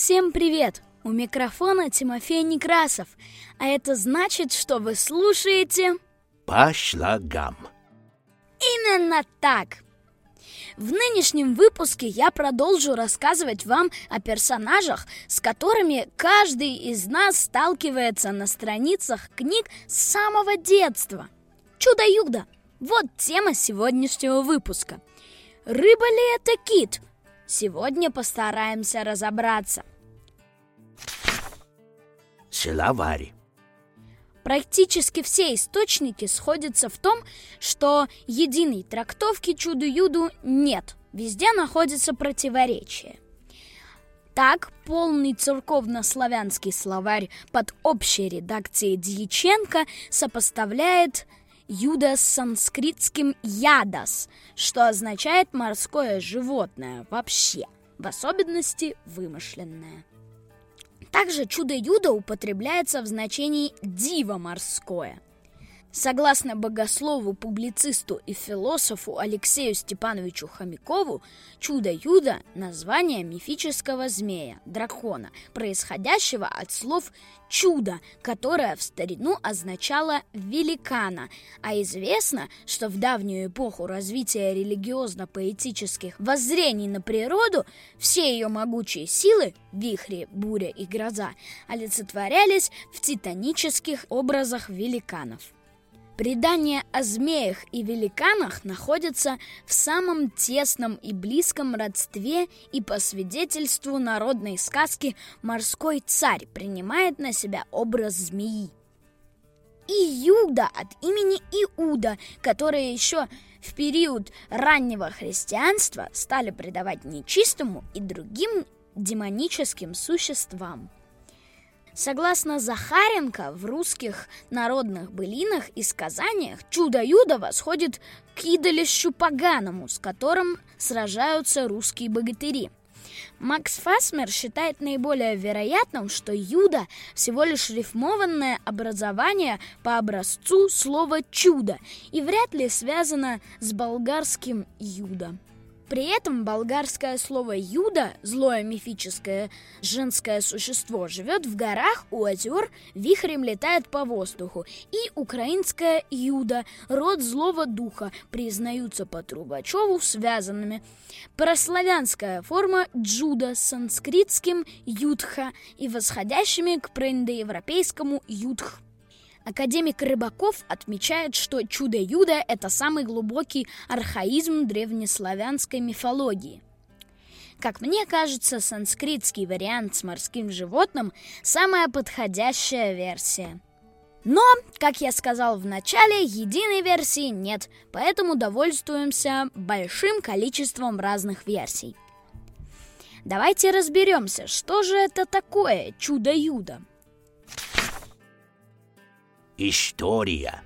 Всем привет! У микрофона Тимофей Некрасов, а это значит, что вы слушаете «По слогам». Именно так! В нынешнем выпуске я продолжу рассказывать вам о персонажах, с которыми каждый из нас сталкивается на страницах книг с самого детства. Чудо-юдо – вот тема сегодняшнего выпуска. Рыба ли это кит? Сегодня постараемся разобраться. Словарь. Практически все источники сходятся в том, что единой трактовки чудо-юду нет. Везде находится противоречие. Так, полный церковно-славянский словарь под общей редакцией Дьяченко сопоставляет юдо с санскритским ядас, что означает морское животное вообще, в особенности вымышленное. Также чудо-юдо употребляется в значении «диво морское». Согласно богослову, публицисту и философу Алексею Степановичу Хомякову, чудо-юдо – название мифического змея, дракона, происходящего от слов «чудо», которое в старину означало «великана», а известно, что в давнюю эпоху развития религиозно-поэтических воззрений на природу все ее могучие силы – вихри, буря и гроза – олицетворялись в титанических образах великанов. Предания о змеях и великанах находятся в самом тесном и близком родстве, и по свидетельству народной сказки морской царь принимает на себя образ змеи. Иуда от имени Иуда, которые еще в период раннего христианства стали придавать нечистому и другим демоническим существам. Согласно Захаренко, в русских народных былинах и сказаниях чудо-юдо восходит к идолищу поганому, с которым сражаются русские богатыри. Макс Фасмер считает наиболее вероятным, что юдо всего лишь рифмованное образование по образцу слова «чудо» и вряд ли связано с болгарским «юдо». При этом болгарское слово «юдо», злое мифическое женское существо, живет в горах, у озер, вихрем летает по воздуху. И украинское «юдо», род злого духа, признаются по Трубачеву связанными. Прославянская форма «джудо» с санскритским «юдха» и восходящими к проиндоевропейскому «юдх». Академик Рыбаков отмечает, что чудо-юдо – это самый глубокий архаизм древнеславянской мифологии. Как мне кажется, санскритский вариант с морским животным – самая подходящая версия. Но, как я сказал в начале, единой версии нет, поэтому довольствуемся большим количеством разных версий. Давайте разберемся, что же это такое чудо-юдо. История.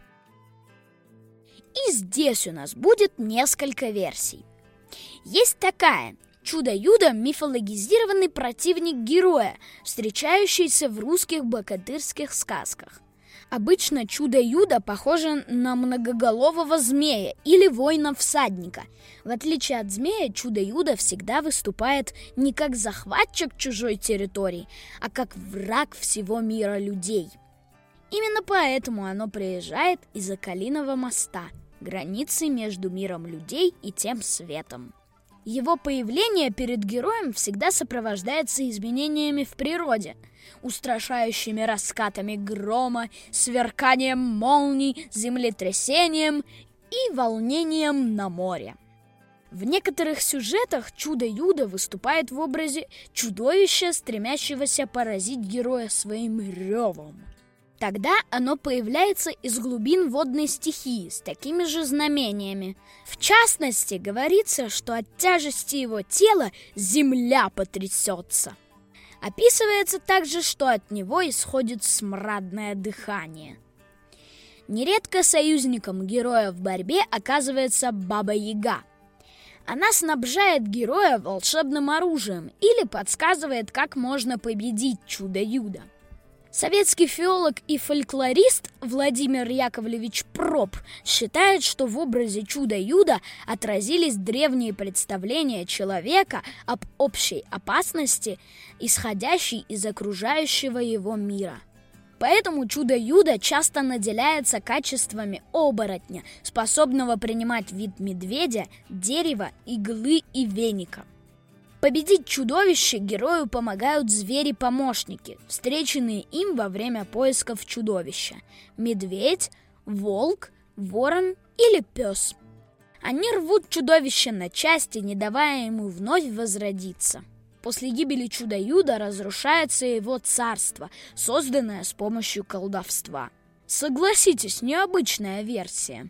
И здесь у нас будет несколько версий. Есть такая: чудо-юдо – мифологизированный противник героя, встречающийся в русских богатырских сказках. Обычно чудо-юдо похоже на многоголового змея или воина-всадника. В отличие от змея, чудо-юдо всегда выступает не как захватчик чужой территории, а как враг всего мира людей. Именно поэтому оно приезжает из-за Калиного моста, границы между миром людей и тем светом. Его появление перед героем всегда сопровождается изменениями в природе, устрашающими раскатами грома, сверканием молний, землетрясением и волнением на море. В некоторых сюжетах чудо-юдо выступает в образе чудовища, стремящегося поразить героя своим ревом. Тогда оно появляется из глубин водной стихии с такими же знамениями. В частности, говорится, что от тяжести его тела земля потрясется. Описывается также, что от него исходит смрадное дыхание. Нередко союзником героя в борьбе оказывается Баба-Яга. Она снабжает героя волшебным оружием или подсказывает, как можно победить чудо-юдо. Советский филолог и фольклорист Владимир Яковлевич Проб считает, что в образе чудо-юдо отразились древние представления человека об общей опасности, исходящей из окружающего его мира. Поэтому чудо-юдо часто наделяется качествами оборотня, способного принимать вид медведя, дерева, иглы и веника. Победить чудовище герою помогают звери-помощники, встреченные им во время поисков чудовища – медведь, волк, ворон или пес. Они рвут чудовище на части, не давая ему вновь возродиться. После гибели чудо-юдо разрушается его царство, созданное с помощью колдовства. Согласитесь, необычная версия.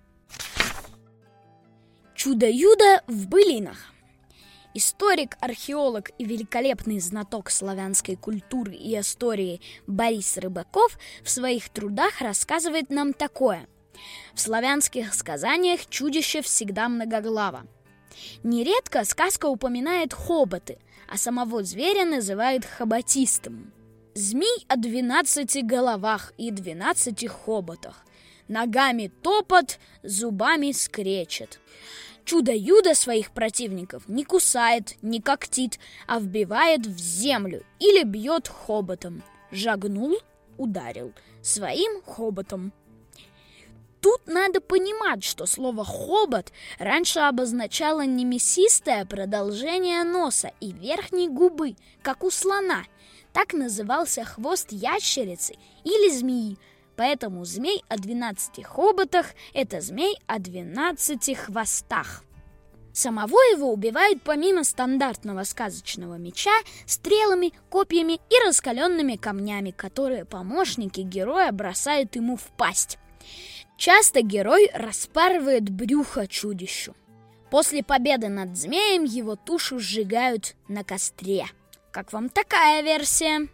Чудо-юдо в былинах. Историк, археолог и великолепный знаток славянской культуры и истории Борис Рыбаков в своих трудах рассказывает нам такое. В славянских сказаниях чудище всегда многоглаво. Нередко сказка упоминает хоботы, а самого зверя называют хоботистым. Змей о 12 головах и 12 хоботах. Ногами топот, зубами скречет. Чудо-юдо своих противников не кусает, не когтит, а вбивает в землю или бьет хоботом. Жагнул, ударил своим хоботом. Тут надо понимать, что слово «хобот» раньше обозначало не мясистое продолжение носа и верхней губы, как у слона. Так назывался хвост ящерицы или змеи. Поэтому змей о 12 хоботах – это змей о 12 хвостах. Самого его убивают помимо стандартного сказочного меча стрелами, копьями и раскаленными камнями, которые помощники героя бросают ему в пасть. Часто герой распарывает брюхо чудищу. После победы над змеем его тушу сжигают на костре. Как вам такая версия?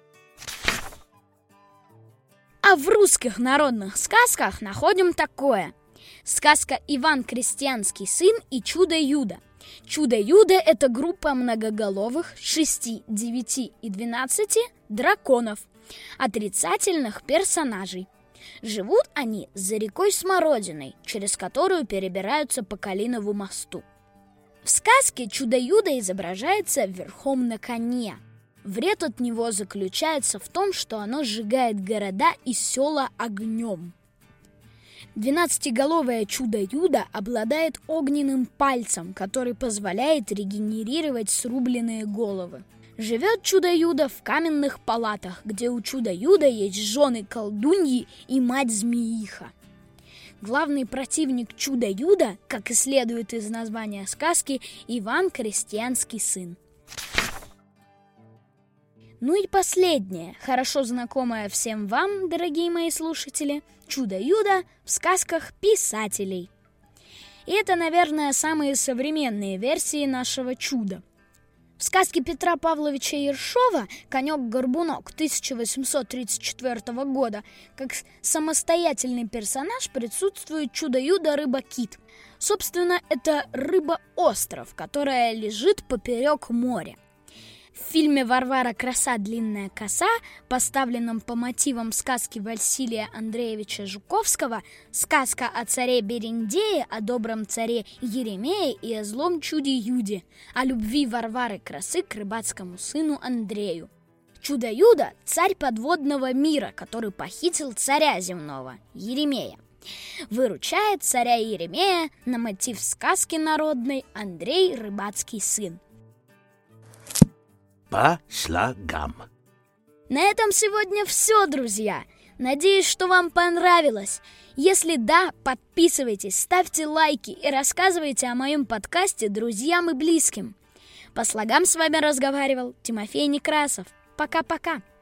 А в русских народных сказках находим такое. Сказка «Иван Крестьянский сын» и «Чудо-юдо». Чудо-юдо – это группа многоголовых 6, 9 и 12 драконов, отрицательных персонажей. Живут они за рекой Смородиной, через которую перебираются по Калинову мосту. В сказке чудо-юдо изображается верхом на коне. Вред от него заключается в том, что оно сжигает города и села огнем. 12-головое чудо-юдо обладает огненным пальцем, который позволяет регенерировать срубленные головы. Живет чудо-юдо в каменных палатах, где у чудо-юдо есть жены колдуньи и мать-змеиха. Главный противник чудо-юдо, как и следует из названия сказки, Иван Крестьянский сын. Ну и последнее, хорошо знакомое всем вам, дорогие мои слушатели, чудо-юдо в сказках писателей. И это, наверное, самые современные версии нашего чуда. В сказке Петра Павловича Ершова «Конек-горбунок» 1834 года как самостоятельный персонаж присутствует чудо-юдо рыба-кит. Собственно, это рыба-остров, которая лежит поперек моря. В фильме «Варвара краса, длинная коса», поставленном по мотивам сказки Василия Андреевича Жуковского, сказка о царе Берендее, о добром царе Еремее и о злом чуде Юде, о любви Варвары красы к рыбацкому сыну Андрею. Чудо-юдо – царь подводного мира, который похитил царя земного, Еремея. Выручает царя Еремея на мотив сказки народной «Андрей – рыбацкий сын». По слогам. На этом сегодня все, друзья. Надеюсь, что вам понравилось. Если да, подписывайтесь, ставьте лайки и рассказывайте о моем подкасте друзьям и близким. По слогам с вами разговаривал Тимофей Некрасов. Пока-пока.